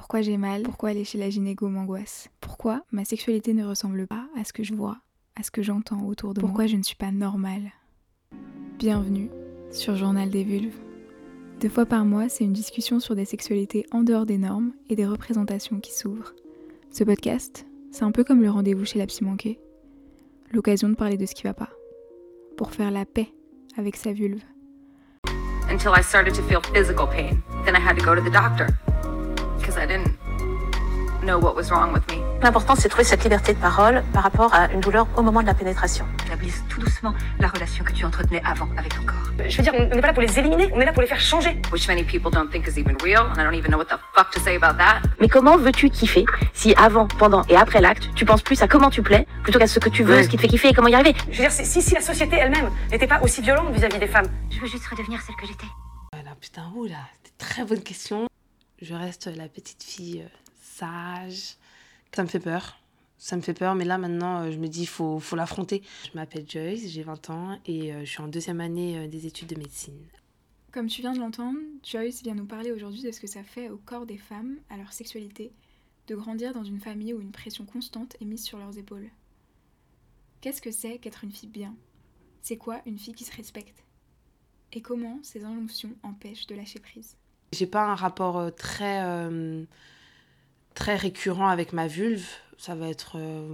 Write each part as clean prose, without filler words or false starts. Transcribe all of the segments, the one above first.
Pourquoi j'ai mal? Pourquoi aller chez la gynéco m'angoisse? Pourquoi ma sexualité ne ressemble pas à ce que je vois, à ce que j'entends autour de moi? Pourquoi je ne suis pas normale? Bienvenue sur Journal des Vulves. 2 fois par mois, c'est une discussion sur des sexualités en dehors des normes et des représentations qui s'ouvrent. Ce podcast, c'est un peu comme le rendez-vous chez la psy manquée. L'occasion de parler de ce qui va pas. Pour faire la paix avec sa vulve. Until I started to feel physical pain. Then I had to go to the doctor. Because I didn't know what was wrong with me. L'important, c'est de trouver cette liberté de parole par rapport à une douleur au moment de la pénétration. Établisse tout doucement la relation que tu entretenais avant avec ton corps. Je veux dire, on n'est pas là pour les éliminer, on est là pour les faire changer. Which many people don't think is even real, and I don't even know what the fuck to say about that. Mais comment veux-tu kiffer si avant, pendant et après l'acte, tu penses plus à comment tu plais plutôt qu'à ce que tu veux, ce qui te fait kiffer et comment y arriver? Je veux dire, si la société elle-même n'était pas aussi violente vis-à-vis des femmes. Je veux juste redevenir celle que j'étais. Voilà, putain, oula, c'était très bonne question. Je reste la petite fille sage. Ça me fait peur, mais là maintenant je me dis faut l'affronter. Je m'appelle Joyce, j'ai 20 ans et je suis en 2e année des études de médecine. Comme tu viens de l'entendre, Joyce vient nous parler aujourd'hui de ce que ça fait au corps des femmes, à leur sexualité, de grandir dans une famille où une pression constante est mise sur leurs épaules. Qu'est-ce que c'est qu'être une fille bien? C'est quoi une fille qui se respecte? Et comment ces injonctions empêchent de lâcher prise? J'ai pas un rapport très récurrent avec ma vulve. Ça va être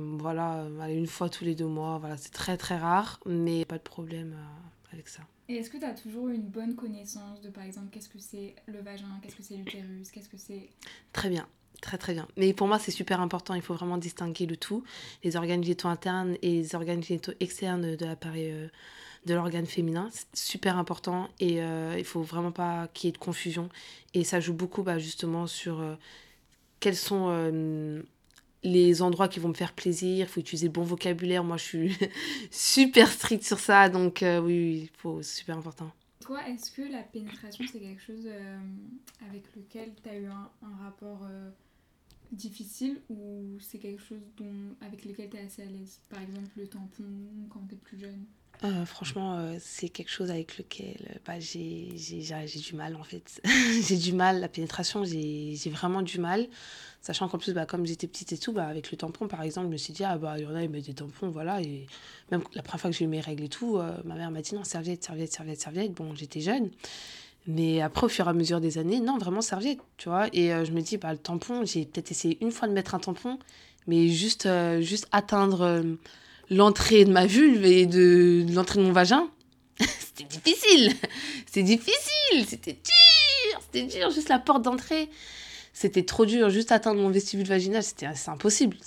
une fois tous les 2 mois. Voilà, c'est très très rare, mais pas de problème avec ça. Et est-ce que tu as toujours une bonne connaissance de, par exemple, qu'est-ce que c'est le vagin, qu'est-ce que c'est l'utérus, qu'est-ce que c'est... Très bien, très très bien. Mais pour moi, c'est super important, il faut vraiment distinguer le tout. Les organes génitaux internes et les organes génitaux externes de l'appareil de l'organe féminin, c'est super important et il faut vraiment pas qu'il y ait de confusion. Et ça joue beaucoup justement sur quels sont les endroits qui vont me faire plaisir, il faut utiliser le bon vocabulaire. Moi, je suis super stricte sur ça, donc oui, c'est super important. Toi, est-ce que la pénétration, c'est quelque chose avec lequel tu as eu un rapport difficile ou c'est quelque chose avec lequel tu es assez à l'aise? Par exemple, le tampon quand tu es plus jeune? Franchement, c'est quelque chose avec lequel j'ai du mal en fait. J'ai du mal, la pénétration, j'ai vraiment du mal. Sachant qu'en plus, comme j'étais petite et tout, avec le tampon par exemple, je me suis dit, il y en a, ils mettent des tampons, voilà. Et même la première fois que j'ai eu mes règles et tout, ma mère m'a dit non, serviette. Bon, j'étais jeune. Mais après, au fur et à mesure des années, non, vraiment serviette, tu vois. Et je me dis, le tampon, j'ai peut-être essayé une fois de mettre un tampon, mais juste atteindre l'entrée de ma vulve et de l'entrée de mon vagin, c'était difficile, c'était dur, juste la porte d'entrée, c'était trop dur, juste atteindre mon vestibule vaginal, c'était impossible,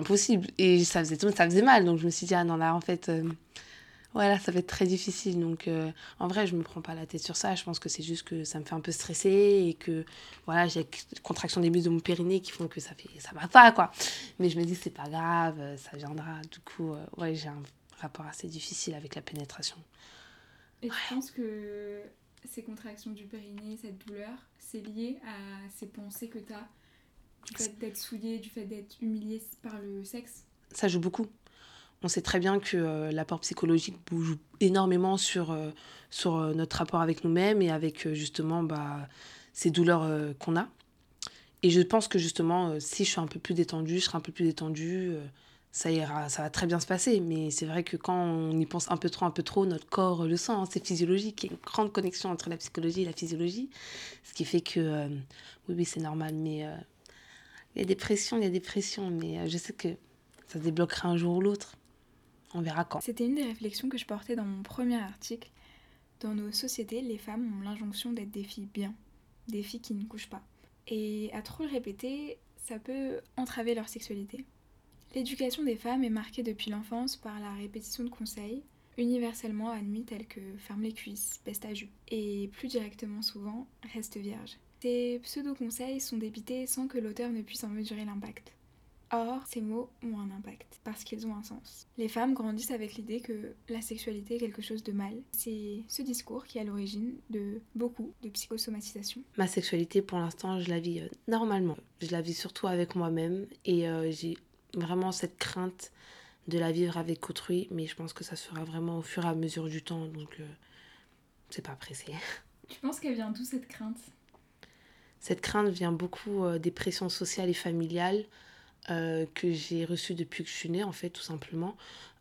et ça faisait mal, donc je me suis dit, ah non, là, en fait, voilà, ça va être très difficile, donc en vrai, je me prends pas la tête sur ça, je pense que c'est juste que ça me fait un peu stresser, et que, voilà, j'ai la contraction des muscles de mon périnée qui font que ça va pas, quoi, mais je me dis, c'est pas grave, ça viendra, du coup, j'ai un rapport assez difficile avec la pénétration. Et tu penses que ces contractions du périnée, cette douleur, c'est lié à ces pensées que tu as du fait d'être souillée, du fait d'être humiliée par le sexe? Ça joue beaucoup. On sait très bien que l'apport psychologique joue énormément sur notre rapport avec nous-mêmes et avec justement ces douleurs qu'on a. Et je pense que justement, si je suis un peu plus détendue, je serai un peu plus détendue, ça ira, ça va très bien se passer. Mais c'est vrai que quand on y pense un peu trop, notre corps le sent, c'est physiologique. Il y a une grande connexion entre la psychologie et la physiologie. Ce qui fait que, oui, c'est normal. Mais il y a des pressions, mais je sais que ça se débloquera un jour ou l'autre. On verra quand. C'était une des réflexions que je portais dans mon premier article. Dans nos sociétés, les femmes ont l'injonction d'être des filles bien, des filles qui ne couchent pas. Et à trop le répéter, ça peut entraver leur sexualité. L'éducation des femmes est marquée depuis l'enfance par la répétition de conseils, universellement admis tels que ferme les cuisses, baisse ta jupe, et plus directement souvent, reste vierge. Ces pseudo-conseils sont débités sans que l'auteur ne puisse en mesurer l'impact. Or, ces mots ont un impact, parce qu'ils ont un sens. Les femmes grandissent avec l'idée que la sexualité est quelque chose de mal. C'est ce discours qui est à l'origine de beaucoup de psychosomatisation. Ma sexualité, pour l'instant, je la vis normalement. Je la vis surtout avec moi-même, et j'ai vraiment cette crainte de la vivre avec autrui, mais je pense que ça se fera vraiment au fur et à mesure du temps, donc c'est pas pressé. Tu penses qu'elle vient d'où cette crainte ? Cette crainte vient beaucoup des pressions sociales et familiales que j'ai reçues depuis que je suis née, en fait, tout simplement.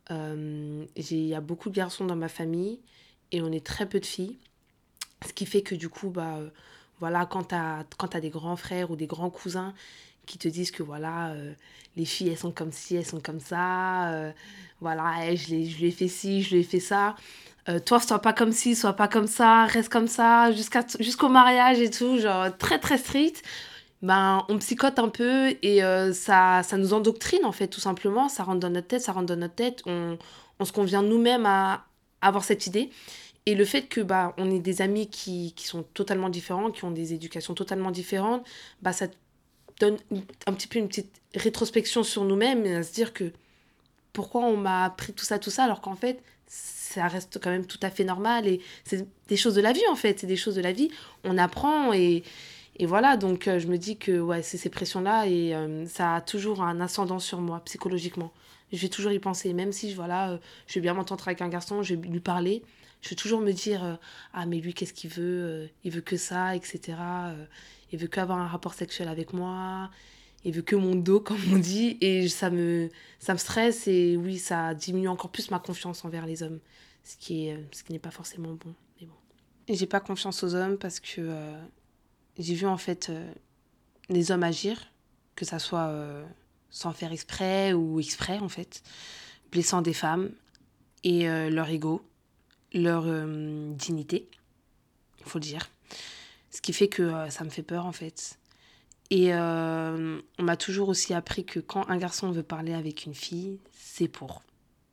Il y a beaucoup de garçons dans ma famille et on est très peu de filles. Ce qui fait que du coup, voilà, quand t'as des grands frères ou des grands cousins qui te disent que voilà, les filles, elles sont comme ci, elles sont comme ça, voilà, je lui ai fait ci, je lui ai fait ça. Toi, sois pas comme ci, sois pas comme ça, reste comme ça, jusqu'au mariage et tout, genre très très strict. Ben, on psychote un peu et ça nous endoctrine en fait, tout simplement. Ça rentre dans notre tête, ça rentre dans notre tête. On se convient nous-mêmes à avoir cette idée. Et le fait que on ait des amis qui sont totalement différents, qui ont des éducations totalement différentes, ça te donne un petit peu une petite rétrospection sur nous-mêmes et à se dire que pourquoi on m'a appris tout ça, alors qu'en fait, ça reste quand même tout à fait normal et c'est des choses de la vie en fait, c'est des choses de la vie. On apprend et voilà, donc je me dis que ouais, c'est ces pressions-là et ça a toujours un ascendant sur moi psychologiquement. Je vais toujours y penser, même si voilà, je vais bien m'entendre avec un garçon, je vais lui parler. Je vais toujours me dire ah mais lui qu'est-ce qu'il veut il veut que ça, etc. Il veut qu'avoir un rapport sexuel avec moi, il veut que mon dos comme on dit et ça me stresse et oui ça diminue encore plus ma confiance envers les hommes, ce qui n'est pas forcément bon, mais bon. Et j'ai pas confiance aux hommes parce que j'ai vu en fait les hommes agir, que ça soit sans faire exprès ou exprès en fait, blessant des femmes et leur ego, leur dignité, il faut le dire. Ce qui fait que ça me fait peur en fait. Et on m'a toujours aussi appris que quand un garçon veut parler avec une fille, c'est pour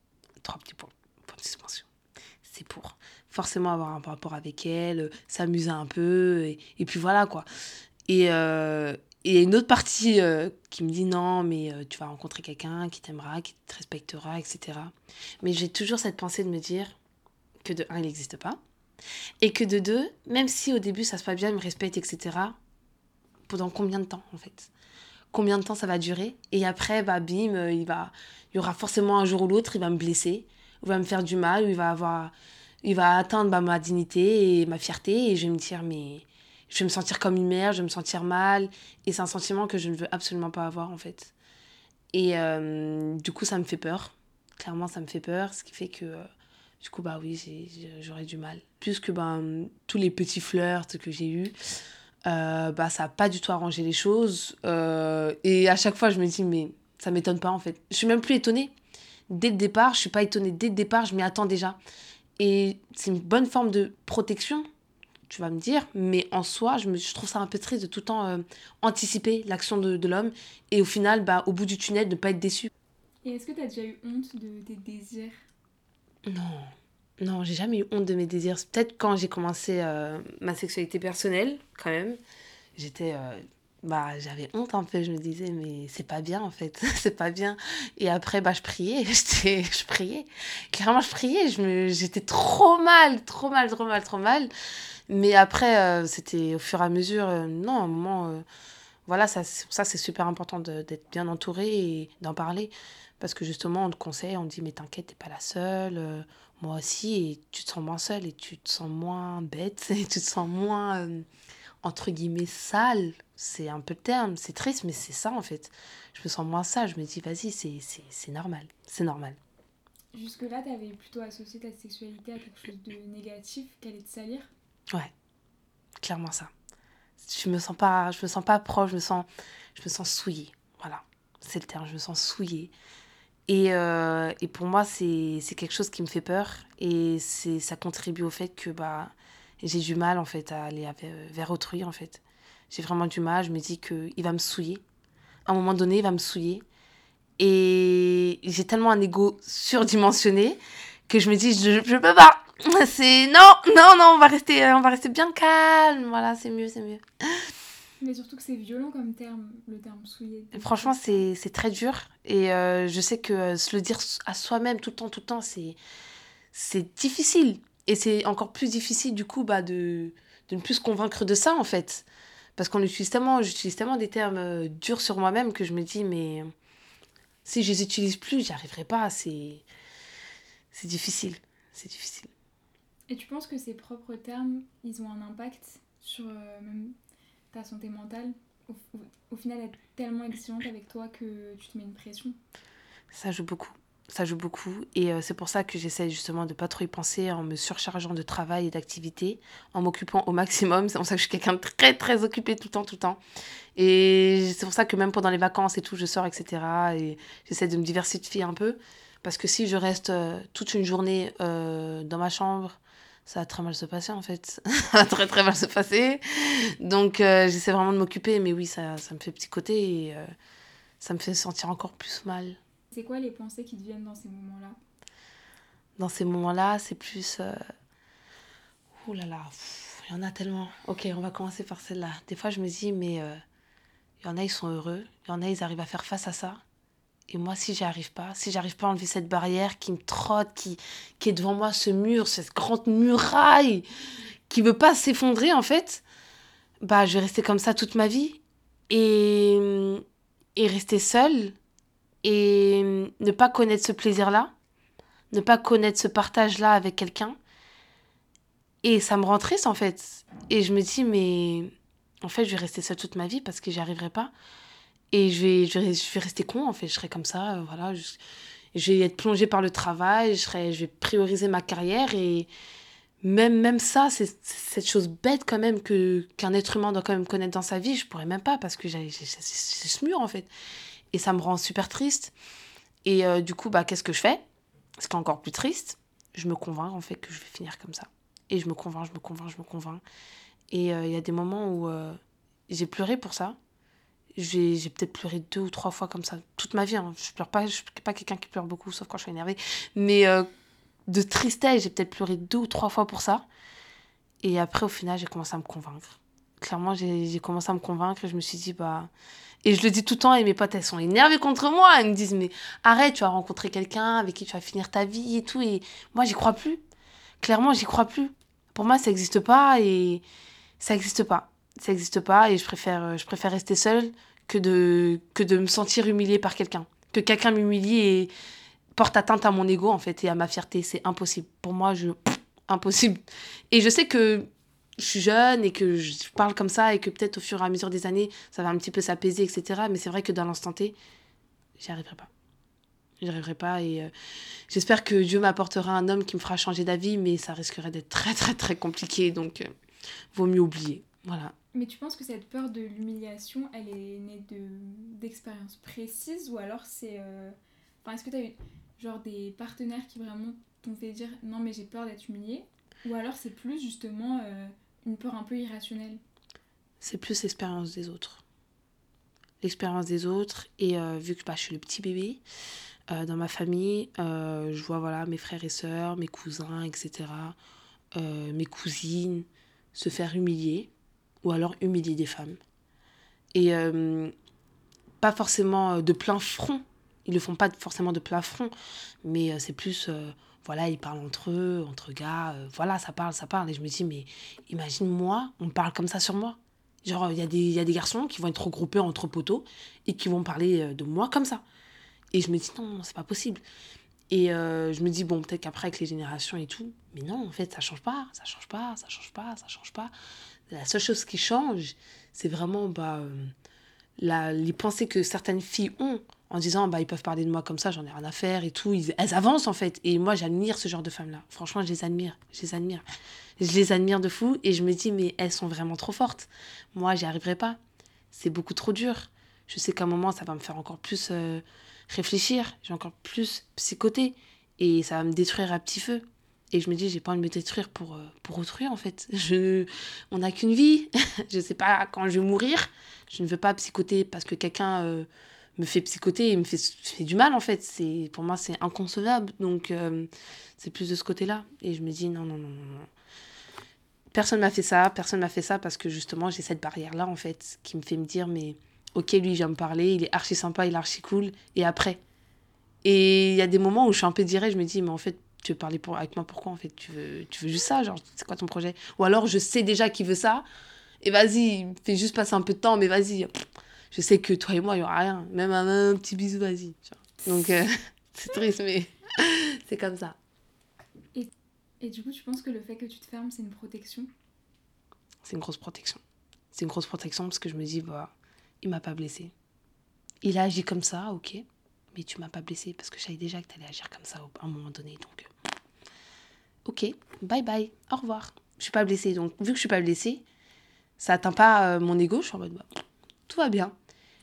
3 petits points, point de suspension. C'est pour forcément avoir un rapport avec elle, s'amuser un peu, et puis voilà quoi. Et il y a une autre partie qui me dit non, mais tu vas rencontrer quelqu'un qui t'aimera, qui te respectera, etc. Mais j'ai toujours cette pensée de me dire que de un, il n'existe pas. Et que de deux, même si au début ça se passe bien, il me respecte, etc., pendant combien de temps en fait? Combien de temps ça va durer? Et après, bim, il y aura forcément un jour ou l'autre, il va me blesser, il va me faire du mal, ou il va atteindre ma dignité et ma fierté, et je vais me dire, mais je vais me sentir comme une merde, je vais me sentir mal, et c'est un sentiment que je ne veux absolument pas avoir en fait. Et du coup, ça me fait peur. Clairement, ça me fait peur, ce qui fait que du coup, oui, j'aurais du mal. Plus que tous les petits flirts que j'ai eus, ça n'a pas du tout arrangé les choses. Et à chaque fois, je me dis, mais ça m'étonne pas en fait. Je suis même plus étonnée. Dès le départ, je suis pas étonnée. Dès le départ, je m'y attends déjà. Et c'est une bonne forme de protection, tu vas me dire. Mais en soi, je trouve ça un peu triste de tout le temps anticiper l'action de l'homme. Et au final, au bout du tunnel, de ne pas être déçu. Et est-ce que tu as déjà eu honte de tes désirs? Non, j'ai jamais eu honte de mes désirs. Peut-être quand j'ai commencé ma sexualité personnelle, quand même, j'avais honte un peu. Je me disais, mais c'est pas bien en fait, c'est pas bien. Et après, je priais, je priais. Clairement, je priais. J'étais trop mal, trop mal, trop mal, trop mal. Mais après, c'était au fur et à mesure. Non, à un moment, voilà, ça c'est super important d'être bien entouré et d'en parler. Parce que justement, on te conseille, on te dit, mais t'inquiète, t'es pas la seule. Moi aussi, et tu te sens moins seule et tu te sens moins bête et tu te sens moins, entre guillemets, sale. C'est un peu le terme, c'est triste, mais c'est ça en fait. Je me sens moins sale, je me dis, vas-y, c'est normal, c'est normal. Jusque-là, t'avais plutôt associé ta sexualité à quelque chose de négatif, qu'elle allait te salir? Ouais, clairement ça. Je me sens pas proche, je me sens souillée. Voilà, c'est le terme, je me sens souillée. Et pour moi, c'est quelque chose qui me fait peur. Et ça contribue au fait que j'ai du mal, en fait, à aller vers autrui, en fait. J'ai vraiment du mal. Je me dis qu'il va me souiller. À un moment donné, il va me souiller. Et j'ai tellement un ego surdimensionné que je me dis, je peux pas. C'est non, on va rester bien calme. Voilà, c'est mieux. Mais surtout que c'est violent comme terme, le terme souillé. Franchement, c'est très dur. Et je sais que se le dire à soi-même tout le temps, c'est difficile. Et c'est encore plus difficile, du coup, de ne plus se convaincre de ça, en fait. Parce j'utilise tellement des termes durs sur moi-même que je me dis, mais si je les utilise plus, j'y arriverai pas. C'est difficile. C'est difficile. Et tu penses que ces propres termes, ils ont un impact sur même ta santé mentale, au final être tellement exigeante avec toi que tu te mets une pression? Ça joue beaucoup. Ça joue beaucoup. Et c'est pour ça que j'essaie justement de pas trop y penser en me surchargeant de travail et d'activités, en m'occupant au maximum. C'est pour ça que je suis quelqu'un de très, très occupé tout le temps, tout le temps. Et c'est pour ça que même pendant les vacances et tout, je sors, etc. Et j'essaie de me diversifier un peu. Parce que si je reste toute une journée dans ma chambre, ça va très mal se passer en fait. Ça va très, très mal se passer. Donc j'essaie vraiment de m'occuper. Mais oui, ça me fait psychoter et ça me fait sentir encore plus mal. C'est quoi les pensées qui te viennent dans ces moments-là? Dans ces moments-là, c'est plus... Ouh là là, il y en a tellement. Ok, on va commencer par celle-là. Des fois, je me dis, mais il y en a, ils sont heureux. Il y en a, ils arrivent à faire face à ça. Et moi, si j'arrive pas à enlever cette barrière qui me trotte, qui est devant moi, ce mur, cette grande muraille, qui veut pas s'effondrer, en fait, bah, je vais rester comme ça toute ma vie. Et rester seule. Et ne pas connaître ce plaisir-là. Ne pas connaître ce partage-là avec quelqu'un. Et ça me rend triste, en fait. Et je me dis, mais en fait, je vais rester seule toute ma vie parce que j'y arriverai pas. Et je vais rester con, en fait. Je serai comme ça, voilà. Je vais être plongée par le travail, je vais prioriser ma carrière. Et même ça, c'est cette chose bête quand même qu'un être humain doit quand même connaître dans sa vie. Je pourrais même pas parce que j'ai ce mur, en fait. Et ça me rend super triste. Et du coup, bah, qu'est-ce que je fais? Ce qui est encore plus triste, je me convainc en fait que je vais finir comme ça. Et je me convainc. Et il y a des moments où j'ai pleuré pour ça. J'ai peut-être pleuré 2 ou 3 fois comme ça, toute ma vie. Hein. Je suis pas quelqu'un qui pleure beaucoup, sauf quand je suis énervée. Mais de tristesse, j'ai peut-être pleuré 2 ou 3 fois pour ça. Et après, au final, j'ai commencé à me convaincre. Clairement, j'ai commencé à me convaincre et je me suis dit, bah... Et je le dis tout le temps et mes potes, elles sont énervées contre moi. Elles me disent, mais arrête, tu vas rencontrer quelqu'un avec qui tu vas finir ta vie et tout. Et moi, j'y crois plus. Clairement, j'y crois plus. Pour moi, ça n'existe pas et ça n'existe pas. Ça n'existe pas et je préfère rester seule que de me sentir humiliée par quelqu'un. Que quelqu'un m'humilie et porte atteinte à mon ego, en fait, et à ma fierté. C'est impossible. Pour moi, impossible. Et je sais que je suis jeune et que je parle comme ça et que peut-être au fur et à mesure des années, ça va un petit peu s'apaiser, etc. Mais c'est vrai que dans l'instant T, j'y arriverai pas. J'y arriverai pas et j'espère que Dieu m'apportera un homme qui me fera changer d'avis, mais ça risquerait d'être très, très, très compliqué. Donc, vaut mieux oublier. Voilà. Mais tu penses que cette peur de l'humiliation, elle est née d'expériences précises ou alors c'est... Enfin, est-ce que tu as eu genre des partenaires qui vraiment t'ont fait dire « Non, mais j'ai peur d'être humiliée » ou alors c'est plus justement une peur un peu irrationnelle? C'est plus l'expérience des autres. L'expérience des autres et vu que je suis le petit bébé dans ma famille, je vois voilà, mes frères et sœurs, mes cousins, etc., mes cousines se faire humilier ou alors humilier des femmes. Et pas forcément de plein front. Ils le font pas forcément de plein front, mais c'est plus... voilà, ils parlent entre eux, entre gars. Voilà, ça parle. Et je me dis, mais imagine moi, on parle comme ça sur moi. Genre, il y a des garçons qui vont être regroupés entre poteaux et qui vont parler de moi comme ça. Et je me dis, non, c'est pas possible. Et je me dis, bon, peut-être qu'après, avec les générations et tout, mais non, en fait, ça change pas. La seule chose qui change, c'est vraiment les pensées que certaines filles ont en disant, ils peuvent parler de moi comme ça, j'en ai rien à faire et tout. Elles avancent, en fait. Et moi, j'admire ce genre de femmes-là. Franchement, je les admire. Je les admire de fou et je me dis, mais elles sont vraiment trop fortes. Moi, j'y arriverai pas. C'est beaucoup trop dur. Je sais qu'à un moment, ça va me faire encore plus réfléchir. Je vais encore plus psychoter. Et ça va me détruire à petit feu. Et je me dis, j'ai pas envie de me détruire pour autrui, en fait. On n'a qu'une vie. Je sais pas quand je vais mourir. Je ne veux pas psychoter parce que quelqu'un me fait psychoter et me fait du mal, en fait. Pour moi, c'est inconcevable. Donc, c'est plus de ce côté-là. Et je me dis, non. Personne m'a fait ça parce que justement, j'ai cette barrière-là, en fait, qui me fait me dire, mais ok, lui, il vient me parler, il est archi sympa, il est archi cool. Et après? Et il y a des moments où je suis un peu direct, je me dis, mais en fait, tu veux parler avec moi, pourquoi, en fait? Tu veux juste ça, genre, c'est quoi ton projet? Ou alors, je sais déjà qu'il veut ça, et vas-y, fais juste passer un peu de temps, mais vas-y. Je sais que toi et moi, il n'y aura rien. Même un petit bisou, vas-y. Donc, c'est triste, mais c'est comme ça. Et du coup, tu penses que le fait que tu te fermes, c'est une protection? C'est une grosse protection. C'est une grosse protection parce que je me dis, bah, il m'a pas blessée. Il a agi comme ça, ok, mais tu m'as pas blessée parce que je savais déjà que tu allais agir comme ça à un moment donné. Donc, ok, bye bye, au revoir. Je suis pas blessée. Donc, vu que je suis pas blessée, ça atteint pas mon ego. Je suis en mode, bah, tout va bien.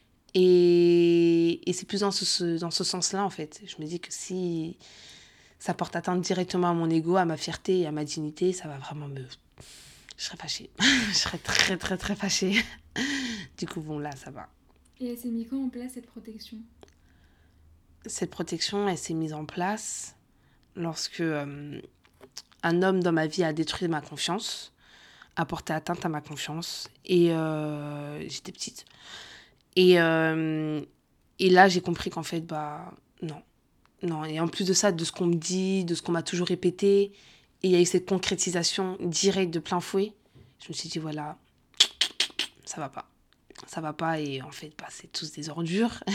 Et c'est plus dans ce sens-là, en fait. Je me dis que si ça porte atteinte directement à mon ego, à ma fierté et à ma dignité, ça va vraiment me... Je serais fâchée. Je serais très, très, très fâchée. Du coup, bon, là, ça va. Et elle s'est mis quand en place, cette protection ? Cette protection, elle s'est mise en place lorsque un homme dans ma vie a détruit ma confiance, a porté atteinte à ma confiance. Et j'étais petite. Et là, j'ai compris qu'en fait, bah, non. Non. Et en plus de ça, de ce qu'on me dit, de ce qu'on m'a toujours répété, et il y a eu cette concrétisation directe de plein fouet, je me suis dit, voilà, ça va pas. Ça va pas, et en fait, bah, c'est tous des ordures.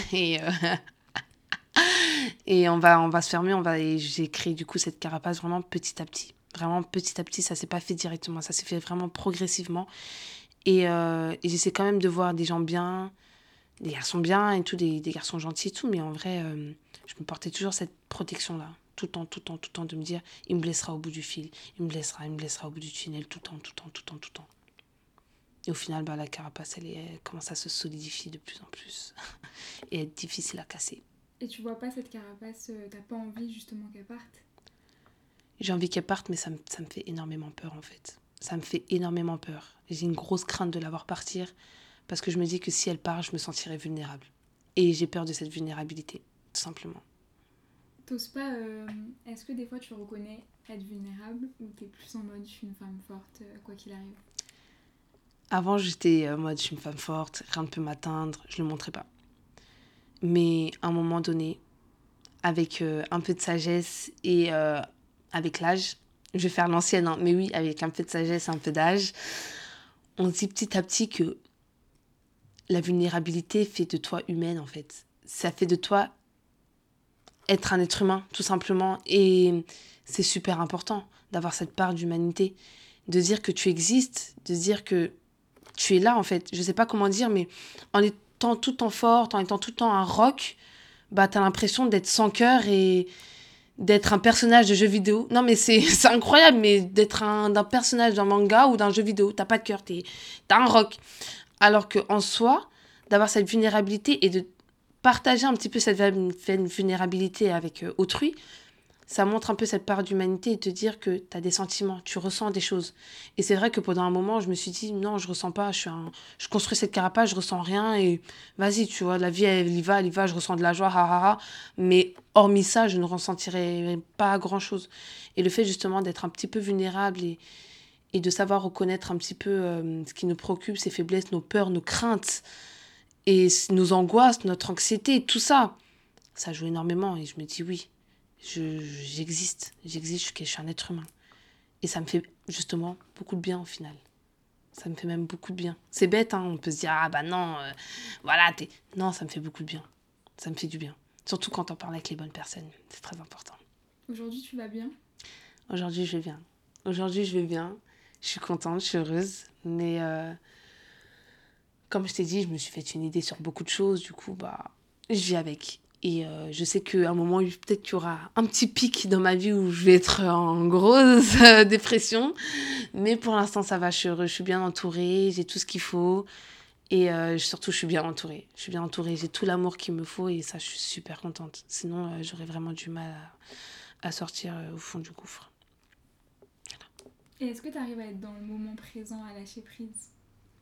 Et on va se fermer, et j'ai créé du coup cette carapace vraiment petit à petit. Vraiment petit à petit, ça s'est pas fait directement, ça s'est fait vraiment progressivement. Et j'essaie quand même de voir des gens bien, des garçons bien et tout, des garçons gentils et tout, mais en vrai, je me portais toujours cette protection-là, tout le temps, de me dire, il me blessera au bout du fil, il me blessera au bout du tunnel, tout le temps. Et au final, bah, la carapace, elle commence à se solidifier de plus en plus et être difficile à casser. Et tu vois pas cette carapace, t'as pas envie justement qu'elle parte ? J'ai envie qu'elle parte, mais ça me fait énormément peur, en fait. Ça me fait énormément peur. J'ai une grosse crainte de la voir partir, parce que je me dis que si elle part, je me sentirai vulnérable. Et j'ai peur de cette vulnérabilité, tout simplement. T'oses pas... Est-ce que des fois tu reconnais être vulnérable, ou t'es plus en mode je suis une femme forte, quoi qu'il arrive ? Avant, j'étais en mode je suis une femme forte, rien ne peut m'atteindre, je ne le montrais pas. Mais à un moment donné, avec un peu de sagesse et avec l'âge, je vais faire l'ancienne, hein, mais oui, avec un peu de sagesse et un peu d'âge, on se dit petit à petit que la vulnérabilité fait de toi humaine, en fait. Ça fait de toi être un être humain, tout simplement. Et c'est super important d'avoir cette part d'humanité, de dire que tu existes, de dire que tu es là, en fait. Je sais pas comment dire, mais en étant tout le temps forte, en étant tout le temps un rock, bah, t'as l'impression d'être sans cœur et d'être un personnage de jeu vidéo. Non, mais c'est incroyable, mais d'être d'un personnage d'un manga ou d'un jeu vidéo. T'as pas de cœur, t'as un rock. Alors qu'en soi, d'avoir cette vulnérabilité et de partager un petit peu cette vulnérabilité avec autrui, ça montre un peu cette part d'humanité et te dire que tu as des sentiments, tu ressens des choses. Et c'est vrai que pendant un moment, je me suis dit, non, je ressens pas, je construis cette carapace, je ressens rien et vas-y, tu vois, la vie, elle y va, je ressens de la joie, ha, ha, ha. Mais hormis ça, je ne ressentirais pas grand-chose. Et le fait justement d'être un petit peu vulnérable et de savoir reconnaître un petit peu ce qui nous préoccupe, ses faiblesses, nos peurs, nos craintes et nos angoisses, notre anxiété, tout ça, ça joue énormément. Et je me dis oui, j'existe, je suis un être humain. Et ça me fait justement beaucoup de bien au final. Ça me fait même beaucoup de bien. C'est bête, hein, on peut se dire, ah bah non, voilà, Non, ça me fait beaucoup de bien. Ça me fait du bien. Surtout quand on parle avec les bonnes personnes, c'est très important. Aujourd'hui, tu vas bien ? Aujourd'hui, je vais bien. Je suis contente, je suis heureuse. Mais comme je t'ai dit, je me suis fait une idée sur beaucoup de choses. Du coup, bah, je vis avec. Et je sais qu'à un moment, peut-être qu'il y aura un petit pic dans ma vie où je vais être en grosse dépression. Mais pour l'instant, ça va, je suis heureuse, je suis bien entourée, j'ai tout ce qu'il faut. Et surtout, je suis bien entourée. J'ai tout l'amour qu'il me faut et ça, je suis super contente. Sinon, j'aurais vraiment du mal à sortir au fond du gouffre. Et est-ce que tu arrives à être dans le moment présent, à lâcher prise ?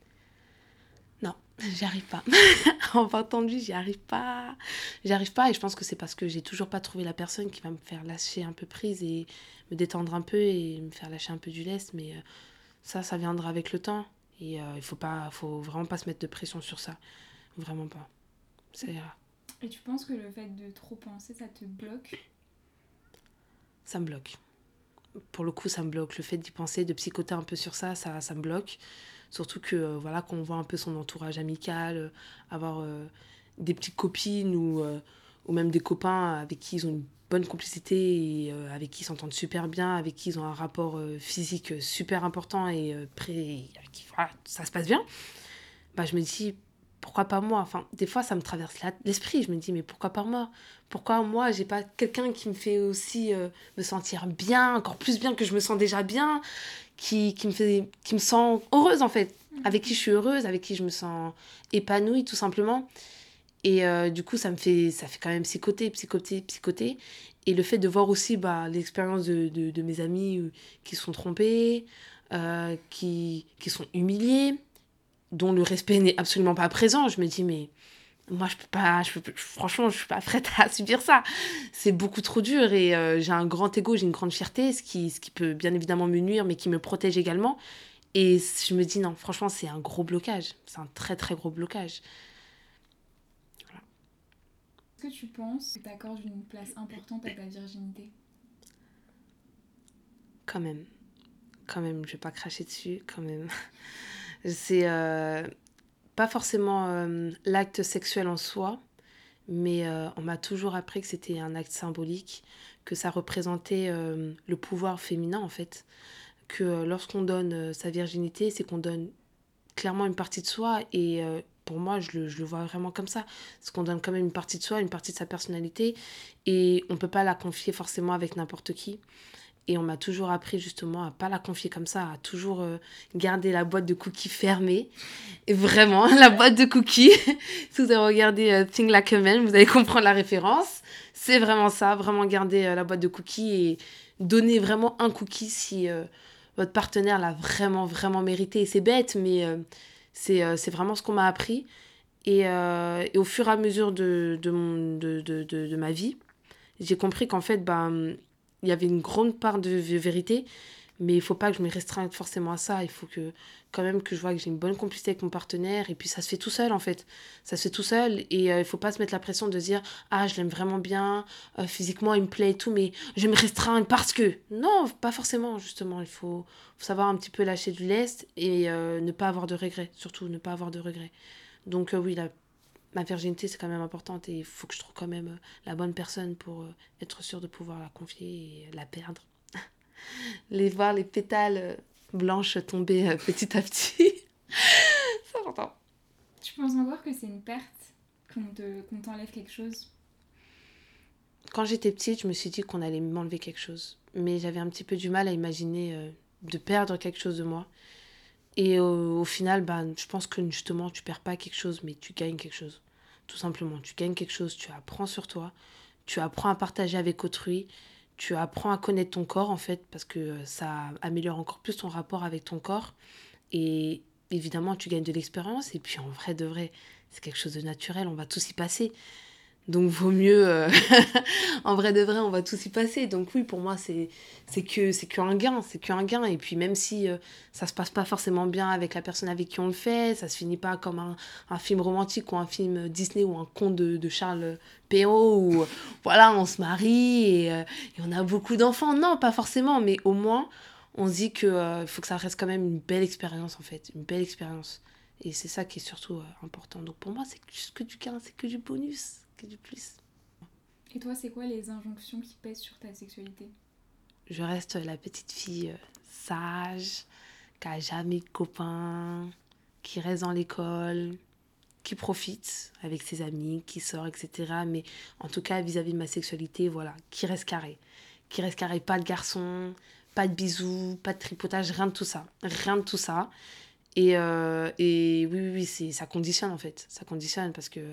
Non, j'y arrive pas. En 20 ans de vie, j'y arrive pas. Et je pense que c'est parce que j'ai toujours pas trouvé la personne qui va me faire lâcher un peu prise et me détendre un peu et me faire lâcher un peu du lest. Mais ça viendra avec le temps. Et faut vraiment pas se mettre de pression sur ça. Vraiment pas. Ça ira. Et tu penses que le fait de trop penser, ça te bloque ? Ça me bloque. Pour le coup, ça me bloque. Le fait d'y penser, de psychoter un peu sur ça me bloque. Surtout que, voilà, quand on voit un peu son entourage amical, avoir des petites copines ou même des copains avec qui ils ont une bonne complicité et avec qui ils s'entendent super bien, avec qui ils ont un rapport physique super important et avec qui voilà, ça se passe bien. je me dis, pourquoi pas moi? Enfin, des fois, ça me traverse l'esprit. Je me dis, mais pourquoi pas moi? Pourquoi moi, j'ai pas quelqu'un qui me fait aussi me sentir bien, encore plus bien que je me sens déjà bien, qui me sent heureuse, en fait, avec qui je suis heureuse, avec qui je me sens épanouie, tout simplement. Et du coup, ça fait quand même psychoter. Et le fait de voir aussi l'expérience de mes amis qui se sont trompés, qui sont humiliés, dont le respect n'est absolument pas présent. Je me dis, mais moi, franchement, je suis pas prête à subir ça. C'est beaucoup trop dur et j'ai un grand ego, j'ai une grande fierté, ce qui peut bien évidemment me nuire, mais qui me protège également. Et je me dis, non, franchement, c'est un gros blocage. C'est un très, très gros blocage. Est-ce que tu penses que tu accordes une place importante à ta virginité? Quand même, je vais pas cracher dessus, quand même. C'est pas forcément l'acte sexuel en soi, mais on m'a toujours appris que c'était un acte symbolique, que ça représentait le pouvoir féminin, en fait. Que lorsqu'on donne sa virginité, c'est qu'on donne clairement une partie de soi et pour moi, je le vois vraiment comme ça. Parce qu'on donne quand même une partie de soi, une partie de sa personnalité et on peut pas la confier forcément avec n'importe qui. Et on m'a toujours appris justement à pas la confier comme ça, à toujours garder la boîte de cookies fermée. Et vraiment, la boîte de cookies, si vous avez regardé Think Like a Man, vous allez comprendre la référence. C'est vraiment ça, vraiment garder la boîte de cookies et donner vraiment un cookie si votre partenaire l'a vraiment, vraiment mérité. Et c'est bête, mais c'est vraiment ce qu'on m'a appris. Et au fur et à mesure de ma vie, j'ai compris qu'en fait, il y avait une grande part de vérité, mais il faut pas que je me restreigne forcément à ça. Il faut que quand même que je vois que j'ai une bonne complicité avec mon partenaire, et puis ça se fait tout seul en fait. Ça se fait tout seul, et il faut pas se mettre la pression de dire « Ah, je l'aime vraiment bien, physiquement il me plaît et tout, mais je vais me restreindre parce que... » Non, pas forcément, justement. Il faut savoir un petit peu lâcher du lest et ne pas avoir de regrets, surtout ne pas avoir de regrets. Donc oui, ma virginité, c'est quand même importante et il faut que je trouve quand même la bonne personne pour être sûre de pouvoir la confier et la perdre. Voir les pétales blanches tomber petit à petit. C'est important. Tu penses encore que c'est une perte qu'on t'enlève quelque chose? Quand j'étais petite, je me suis dit qu'on allait m'enlever quelque chose. Mais j'avais un petit peu du mal à imaginer de perdre quelque chose de moi. Et au final, je pense que justement, tu perds pas quelque chose, mais tu gagnes quelque chose. Tout simplement, tu gagnes quelque chose, tu apprends sur toi, tu apprends à partager avec autrui, tu apprends à connaître ton corps, en fait, parce que ça améliore encore plus ton rapport avec ton corps. Et évidemment, tu gagnes de l'expérience. Et puis, en vrai de vrai, c'est quelque chose de naturel, on va tous y passer. Donc, vaut mieux... en vrai de vrai, on va tous y passer. Donc oui, pour moi, c'est qu'un gain. C'est qu'un gain. Et puis, même si ça se passe pas forcément bien avec la personne avec qui on le fait, ça se finit pas comme un film romantique ou un film Disney ou un conte de Charles Perrault où, voilà, on se marie et on a beaucoup d'enfants. Non, pas forcément. Mais au moins, on se dit qu'il faut que ça reste quand même une belle expérience, en fait. Une belle expérience. Et c'est ça qui est surtout important. Donc pour moi, c'est juste que du gain, c'est que du bonus. Que du plus. Et toi, c'est quoi les injonctions qui pèsent sur ta sexualité? Je reste la petite fille sage, qui a jamais de copains, qui reste dans l'école, qui profite avec ses amis, qui sort, etc. Mais en tout cas, vis-à-vis de ma sexualité, voilà, qui reste carré. Qui reste carré, pas de garçon, pas de bisous, pas de tripotage, rien de tout ça. Rien de tout ça. Et oui, ça conditionne en fait. Ça conditionne parce que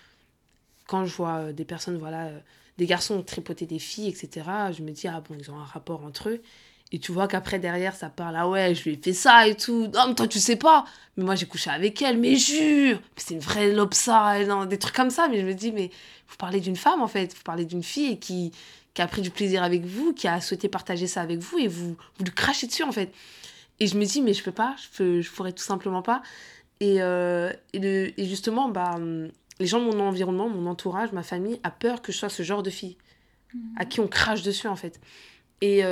quand je vois des personnes, voilà, des garçons tripoter des filles, etc., je me dis, ah bon, ils ont un rapport entre eux. Et tu vois qu'après, derrière, ça parle, ah ouais, je lui ai fait ça et tout. Non, mais toi, tu sais pas. Mais moi, j'ai couché avec elle, mais jure. C'est une vraie lobsa, non, des trucs comme ça. Mais je me dis, mais vous parlez d'une femme, en fait. Vous parlez d'une fille qui a pris du plaisir avec vous, qui a souhaité partager ça avec vous, et vous lui crachez dessus, en fait. Et je me dis, mais je peux pas, je pourrais tout simplement pas. Et justement, les gens de mon environnement, mon entourage, ma famille, a peur que je sois ce genre de fille à qui on crache dessus, en fait. Et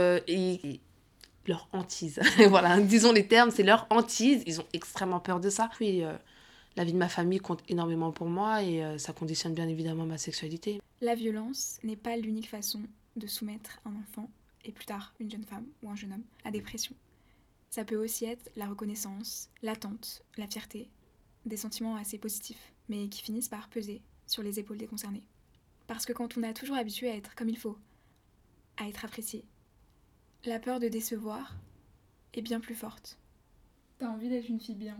leur hantise. Voilà, disons les termes, c'est leur hantise. Ils ont extrêmement peur de ça. Puis, la vie de ma famille compte énormément pour moi et ça conditionne bien évidemment ma sexualité. La violence n'est pas l'unique façon de soumettre un enfant, et plus tard une jeune femme ou un jeune homme, à des pressions. Ça peut aussi être la reconnaissance, l'attente, la fierté, des sentiments assez positifs, mais qui finissent par peser sur les épaules des concernés. Parce que quand on a toujours habitué à être comme il faut, à être apprécié, la peur de décevoir est bien plus forte. T'as envie d'être une fille bien.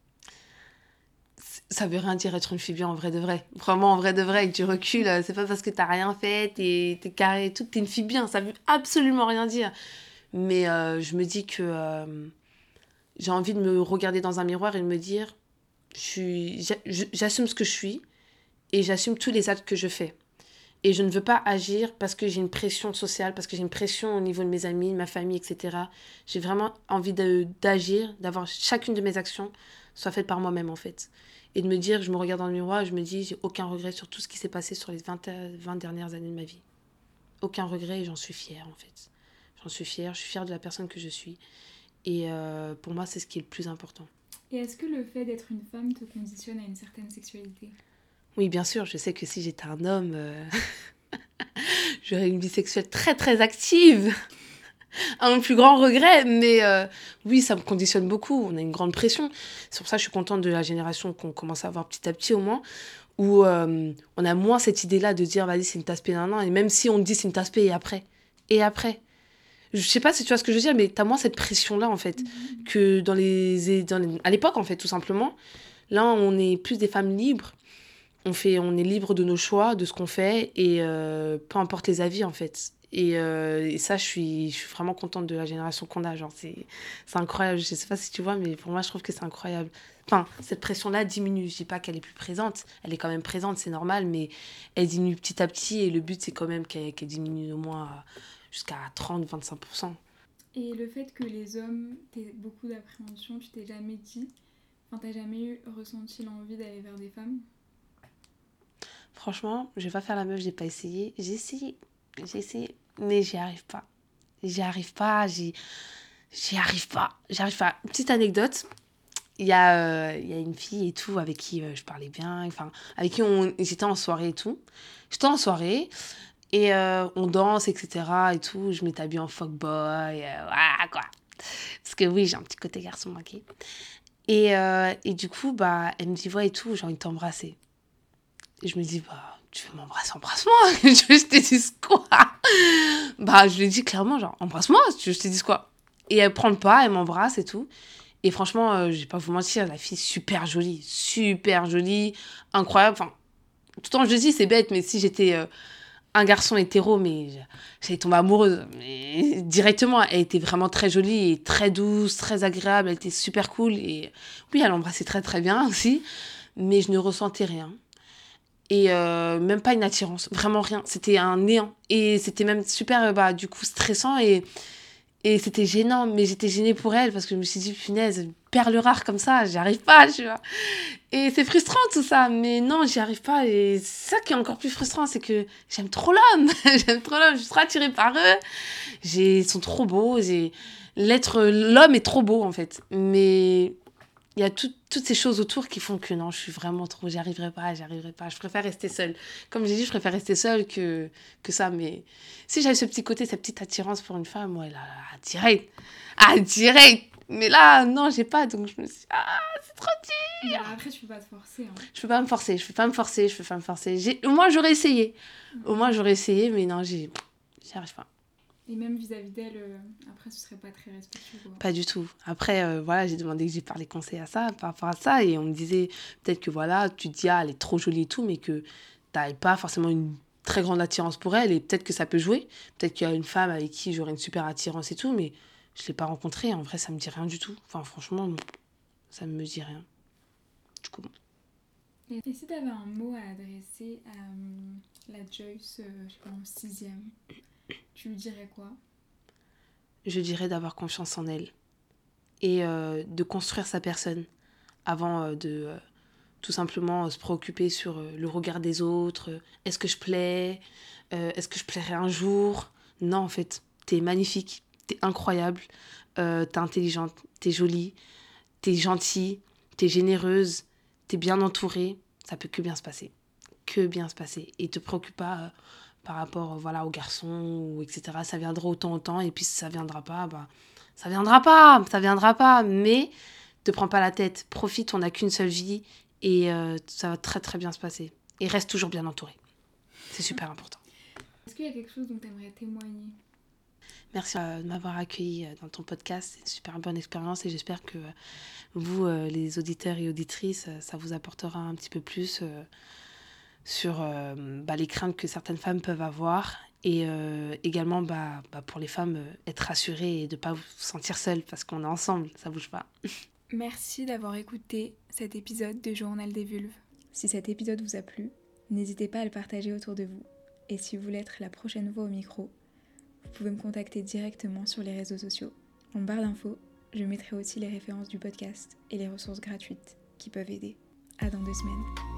Ça veut rien dire être une fille bien en vrai de vrai. Vraiment en vrai de vrai, avec du recul, c'est pas parce que t'as rien fait, t'es carré et tout, que t'es une fille bien. Ça veut absolument rien dire. Mais je me dis que j'ai envie de me regarder dans un miroir et de me dire, j'assume ce que je suis et j'assume tous les actes que je fais. Et je ne veux pas agir parce que j'ai une pression sociale, parce que j'ai une pression au niveau de mes amis, de ma famille, etc. J'ai vraiment envie d'agir, d'avoir chacune de mes actions soit faite par moi-même, en fait. Et de me dire, je me regarde dans le miroir et je me dis, j'ai aucun regret sur tout ce qui s'est passé sur les 20 dernières années de ma vie. Aucun regret et j'en suis fière, en fait. J'en suis fière, je suis fière de la personne que je suis. Et pour moi, c'est ce qui est le plus important. Et est-ce que le fait d'être une femme te conditionne à une certaine sexualité ? Oui, bien sûr, je sais que si j'étais un homme, j'aurais une vie sexuelle très très active. À mon plus grand regret, mais oui, ça me conditionne beaucoup. On a une grande pression. C'est pour ça que je suis contente de la génération qu'on commence à avoir petit à petit au moins, où on a moins cette idée-là de dire, vas-y, c'est une tasse d'un an. Et même si on te dit c'est une tasse et après. Et après. Je sais pas si tu vois ce que je veux dire, mais t'as moins cette pression-là, en fait, que à l'époque, en fait, tout simplement. Là, on est plus des femmes libres. On est libre de nos choix, de ce qu'on fait, et peu importe les avis, en fait. Et ça, je suis vraiment contente de la génération qu'on a. Genre, c'est incroyable. Je sais pas si tu vois, mais pour moi, je trouve que c'est incroyable. Enfin, cette pression-là diminue. Je dis pas qu'elle est plus présente. Elle est quand même présente, c'est normal, mais elle diminue petit à petit. Et le but, c'est quand même qu'elle diminue au moins jusqu'à 30-25%. Et le fait que les hommes t'aient beaucoup d'appréhension, tu t'es jamais dit... Enfin, t'as jamais ressenti l'envie d'aller vers des femmes ? Franchement, je vais pas faire la meuf, j'ai pas essayé. J'ai essayé, mais j'y arrive pas. J'y arrive pas. Petite anecdote, il y a une fille et tout avec qui je parlais bien, enfin, avec qui j'étais en soirée et tout. J'étais en soirée et on danse, etc. et tout. Je m'étais habillée en fuckboy, voilà quoi. Parce que oui, j'ai un petit côté garçon manqué. Et du coup, bah, elle me dit, ouais et tout, j'ai envie de t'embrasser. Et je me dis, bah, tu veux m'embrasser, embrasse-moi. Je veux que je te dise quoi? Bah, je lui ai dit clairement, genre, embrasse-moi, si tu veux que je te dise quoi. Et elle prend le pas, elle m'embrasse et tout. Et franchement, je vais pas vous mentir, la fille super jolie, incroyable. Enfin, tout le temps, je le dis, c'est bête, mais si j'étais un garçon hétéro, mais j'allais tomber amoureuse. Mais directement, elle était vraiment très jolie et très douce, très agréable. Elle était super cool. Et oui, elle embrassait très très bien aussi. Mais je ne ressentais rien. Et même pas une attirance, vraiment rien. C'était un néant. Et c'était même super, du coup, stressant et c'était gênant. Mais j'étais gênée pour elle parce que je me suis dit, punaise, une perle rare comme ça, j'y arrive pas, tu vois. Et c'est frustrant tout ça, mais non, j'y arrive pas. Et c'est ça qui est encore plus frustrant, c'est que j'aime trop l'homme. Je suis trop attirée par eux. Ils sont trop beaux. L'homme est trop beau, en fait. Mais il y a toutes ces choses autour qui font que non, je suis vraiment trop, j'y arriverai pas. Je préfère rester seule. Comme j'ai dit, je préfère rester seule que ça. Mais si j'avais ce petit côté, cette petite attirance pour une femme, ouais, là, direct. Mais là, non, j'ai pas. Donc je me suis dit, c'est trop dur. Bah, après, tu peux pas te forcer. Hein. Je peux pas me forcer. Au moins, j'aurais essayé. Mais non, j'y arrive pas. Et même vis-à-vis d'elle, après, ce serait pas très respectueux, quoi. Pas du tout. Après, voilà, j'ai demandé que j'ai parlé conseil par rapport à ça. Et on me disait, peut-être que voilà, tu te dis, elle est trop jolie et tout, mais que t'as pas forcément une très grande attirance pour elle. Et peut-être que ça peut jouer. Peut-être qu'il y a une femme avec qui j'aurais une super attirance et tout, mais je l'ai pas rencontrée. En vrai, ça me dit rien du tout. Enfin, franchement, non. Ça me dit rien. Du coup, bon. Et si t'avais un mot à adresser à la Joyce, je sais pas, en 6e, tu lui dirais quoi ? Je dirais d'avoir confiance en elle et de construire sa personne avant de tout simplement se préoccuper sur le regard des autres. Est-ce que je plais ? Est-ce que je plairai un jour ? Non, en fait, t'es magnifique, t'es incroyable, t'es intelligente, t'es jolie, t'es gentille, t'es généreuse, t'es bien entourée. Ça peut que bien se passer. Et te préoccupe pas par rapport voilà, aux garçons, ou etc. Ça viendra autant, et puis si ça viendra pas, ça viendra pas. Mais te prends pas la tête, profite, on n'a qu'une seule vie et ça va très très bien se passer. Et reste toujours bien entouré. C'est super important. Est-ce qu'il y a quelque chose dont tu aimerais témoigner ? Merci de m'avoir accueilli dans ton podcast. C'est une super bonne expérience et j'espère que vous, les auditeurs et auditrices, ça vous apportera un petit peu plus sur les craintes que certaines femmes peuvent avoir et également pour les femmes, être rassurées et de ne pas vous sentir seules parce qu'on est ensemble, ça bouge pas. Merci d'avoir écouté cet épisode de Journal des Vulves. Si cet épisode vous a plu, n'hésitez pas à le partager autour de vous. Et si vous voulez être la prochaine voix au micro, vous pouvez me contacter directement sur les réseaux sociaux. En barre d'infos, je mettrai aussi les références du podcast et les ressources gratuites qui peuvent aider. À dans 2 semaines.